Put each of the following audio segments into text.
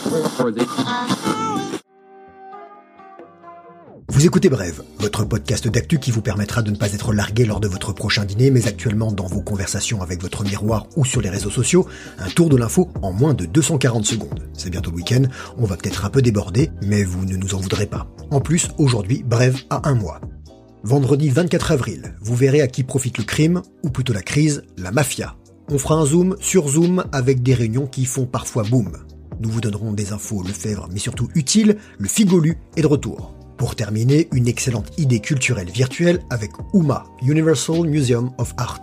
Vous écoutez Brève, votre podcast d'actu qui vous permettra de ne pas être largué lors de votre prochain dîner, mais actuellement dans vos conversations avec votre miroir ou sur les réseaux sociaux, un tour de l'info en moins de 240 secondes. C'est bientôt le week-end, on va peut-être un peu déborder, mais vous ne nous en voudrez pas. En plus, aujourd'hui, Brève a un mois. Vendredi 24 avril, vous verrez à qui profite le crime, ou plutôt la crise, la mafia. On fera un zoom sur zoom avec des réunions qui font parfois boom. Nous vous donnerons des infos Lefebvre, mais surtout utiles, le Figolu est de retour. Pour terminer, une excellente idée culturelle virtuelle avec UMA, Universal Museum of Art.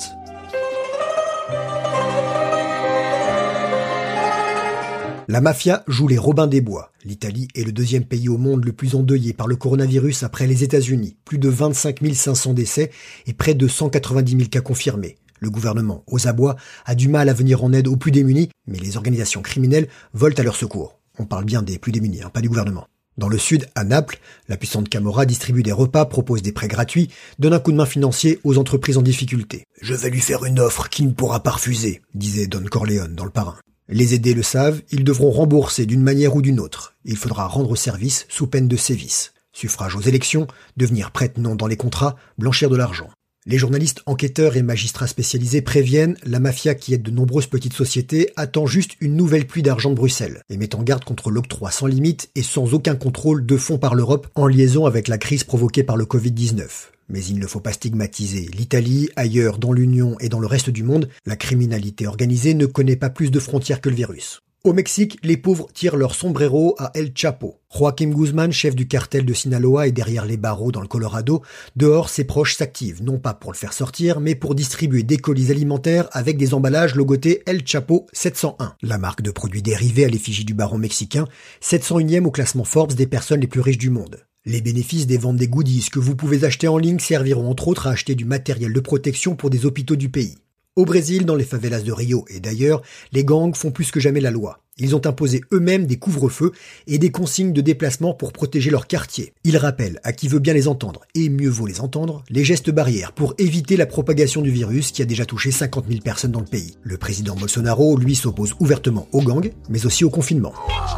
La mafia joue les Robins des Bois. L'Italie est le deuxième pays au monde le plus endeuillé par le coronavirus après les États-Unis. Plus de 25 500 décès et près de 190 000 cas confirmés. Le gouvernement, aux abois, a du mal à venir en aide aux plus démunis, mais les organisations criminelles volent à leur secours. On parle bien des plus démunis, pas du gouvernement. Dans le sud, à Naples, la puissante Camorra distribue des repas, propose des prêts gratuits, donne un coup de main financier aux entreprises en difficulté. « Je vais lui faire une offre qui ne pourra pas refuser », disait Don Corleone dans Le Parrain. Les aidés le savent, ils devront rembourser d'une manière ou d'une autre. Il faudra rendre service sous peine de sévices. Suffrage aux élections, devenir prête-nom dans les contrats, blanchir de l'argent. Les journalistes, enquêteurs et magistrats spécialisés préviennent, la mafia qui aide de nombreuses petites sociétés attend juste une nouvelle pluie d'argent de Bruxelles et met en garde contre l'octroi sans limite et sans aucun contrôle de fonds par l'Europe en liaison avec la crise provoquée par le Covid-19. Mais il ne faut pas stigmatiser l'Italie, ailleurs dans l'Union et dans le reste du monde, la criminalité organisée ne connaît pas plus de frontières que le virus. Au Mexique, les pauvres tirent leur sombrero à El Chapo. Joaquim Guzman, chef du cartel de Sinaloa, est derrière les barreaux dans le Colorado. Dehors, ses proches s'activent, non pas pour le faire sortir, mais pour distribuer des colis alimentaires avec des emballages logotés El Chapo 701. La marque de produits dérivés à l'effigie du baron mexicain, 701e au classement Forbes des personnes les plus riches du monde. Les bénéfices des ventes des goodies que vous pouvez acheter en ligne serviront entre autres à acheter du matériel de protection pour des hôpitaux du pays. Au Brésil, dans les favelas de Rio et d'ailleurs, les gangs font plus que jamais la loi. Ils ont imposé eux-mêmes des couvre-feux et des consignes de déplacement pour protéger leur quartier. Ils rappellent à qui veut bien les entendre, et mieux vaut les entendre, les gestes barrières pour éviter la propagation du virus qui a déjà touché 50 000 personnes dans le pays. Le président Bolsonaro, lui, s'oppose ouvertement aux gangs, mais aussi au confinement.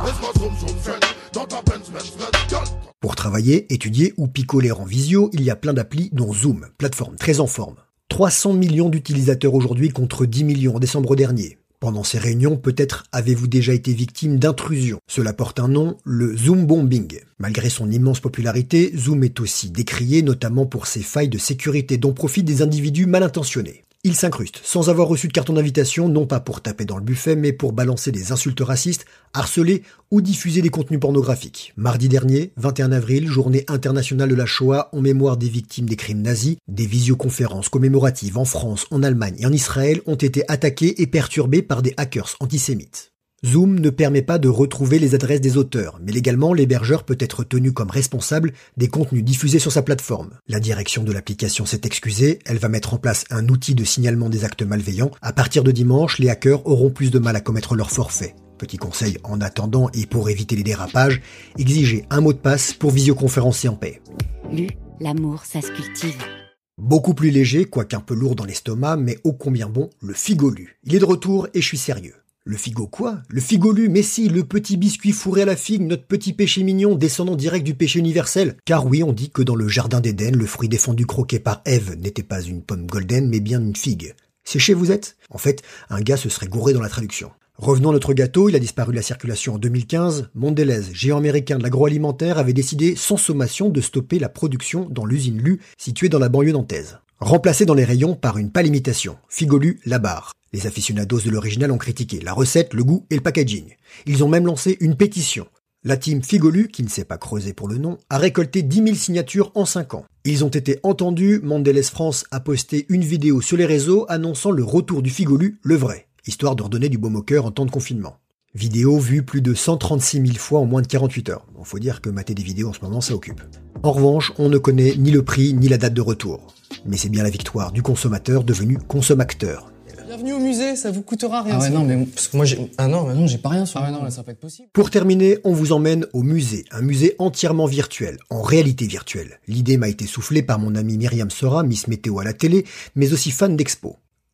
Pour travailler, étudier ou picoler en visio, il y a plein d'applis dont Zoom, plateforme très en forme. 300 millions d'utilisateurs aujourd'hui contre 10 millions en décembre dernier. Pendant ces réunions, peut-être avez-vous déjà été victime d'intrusion. Cela porte un nom, le Zoom bombing. Malgré son immense popularité, Zoom est aussi décrié notamment pour ses failles de sécurité dont profitent des individus mal intentionnés. Ils s'incrustent sans avoir reçu de carton d'invitation, non pas pour taper dans le buffet, mais pour balancer des insultes racistes, harceler ou diffuser des contenus pornographiques. Mardi dernier, 21 avril, journée internationale de la Shoah en mémoire des victimes des crimes nazis, des visioconférences commémoratives en France, en Allemagne et en Israël ont été attaquées et perturbées par des hackers antisémites. Zoom ne permet pas de retrouver les adresses des auteurs, mais légalement, l'hébergeur peut être tenu comme responsable des contenus diffusés sur sa plateforme. La direction de l'application s'est excusée, elle va mettre en place un outil de signalement des actes malveillants. À partir de dimanche, les hackers auront plus de mal à commettre leur forfait. Petit conseil en attendant et pour éviter les dérapages, exigez un mot de passe pour visioconférencer en paix. L'amour, ça se cultive. Beaucoup plus léger, quoique un peu lourd dans l'estomac, mais ô combien bon, le Figolu. Il est de retour et je suis sérieux. Le figo quoi? Le figolu, mais si, le petit biscuit fourré à la figue, notre petit péché mignon descendant direct du péché universel. Car oui, on dit que dans le jardin d'Éden, le fruit défendu croqué par Ève n'était pas une pomme golden, mais bien une figue. Séché vous êtes? En fait, un gars se serait gouré dans la traduction. Revenons à notre gâteau, il a disparu de la circulation en 2015. Mondelez, géant américain de l'agroalimentaire, avait décidé sans sommation de stopper la production dans l'usine Lu, située dans la banlieue nantaise. Remplacé dans les rayons par une pâle imitation, Figolu la barre. Les aficionados de l'original ont critiqué la recette, le goût et le packaging. Ils ont même lancé une pétition. La team Figolu, qui ne s'est pas creusée pour le nom, a récolté 10 000 signatures en 5 ans. Ils ont été entendus, Mondelez France a posté une vidéo sur les réseaux annonçant le retour du Figolu, le vrai, histoire de redonner du baume au cœur en temps de confinement. Vidéo vue plus de 136 000 fois en moins de 48 heures. Bon, faut dire que mater des vidéos en ce moment, ça occupe. En revanche, on ne connaît ni le prix ni la date de retour. Mais c'est bien la victoire du consommateur devenu consommateur. Bienvenue au musée, ça vous coûtera rien. Ah ouais, non, mais parce que moi j'ai... Ah non, maintenant j'ai pas rien sur... Ah ouais, non, là, ça va pas être possible. Pour terminer, on vous emmène au musée, un musée entièrement virtuel, en réalité virtuelle. L'idée m'a été soufflée par mon amie Myriam Sora, Miss Météo à la télé, mais aussi fan d'expo.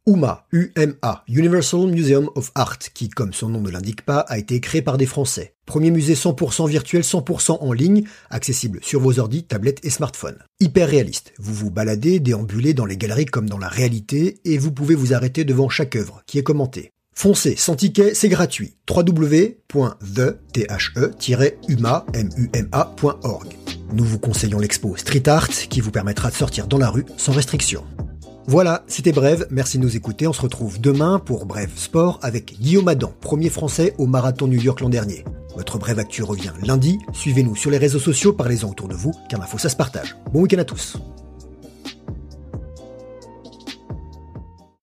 UMA, UMA, Universal Museum of Art, qui, comme son nom ne l'indique pas, a été créé par des Français. Premier musée 100% virtuel, 100% en ligne, accessible sur vos ordis, tablettes et smartphones. Hyper réaliste, vous vous baladez, déambulez dans les galeries comme dans la réalité, et vous pouvez vous arrêter devant chaque œuvre qui est commentée. Foncez, sans ticket, c'est gratuit. www.the-uma.org. Nous vous conseillons l'expo Street Art, qui vous permettra de sortir dans la rue sans restriction. Voilà, c'était Brève, merci de nous écouter, on se retrouve demain pour Brève Sport avec Guillaume Adam, premier français au marathon New York l'an dernier. Votre Brève Actu revient lundi, suivez-nous sur les réseaux sociaux, parlez-en autour de vous, car l'info ça se partage. Bon week-end à tous.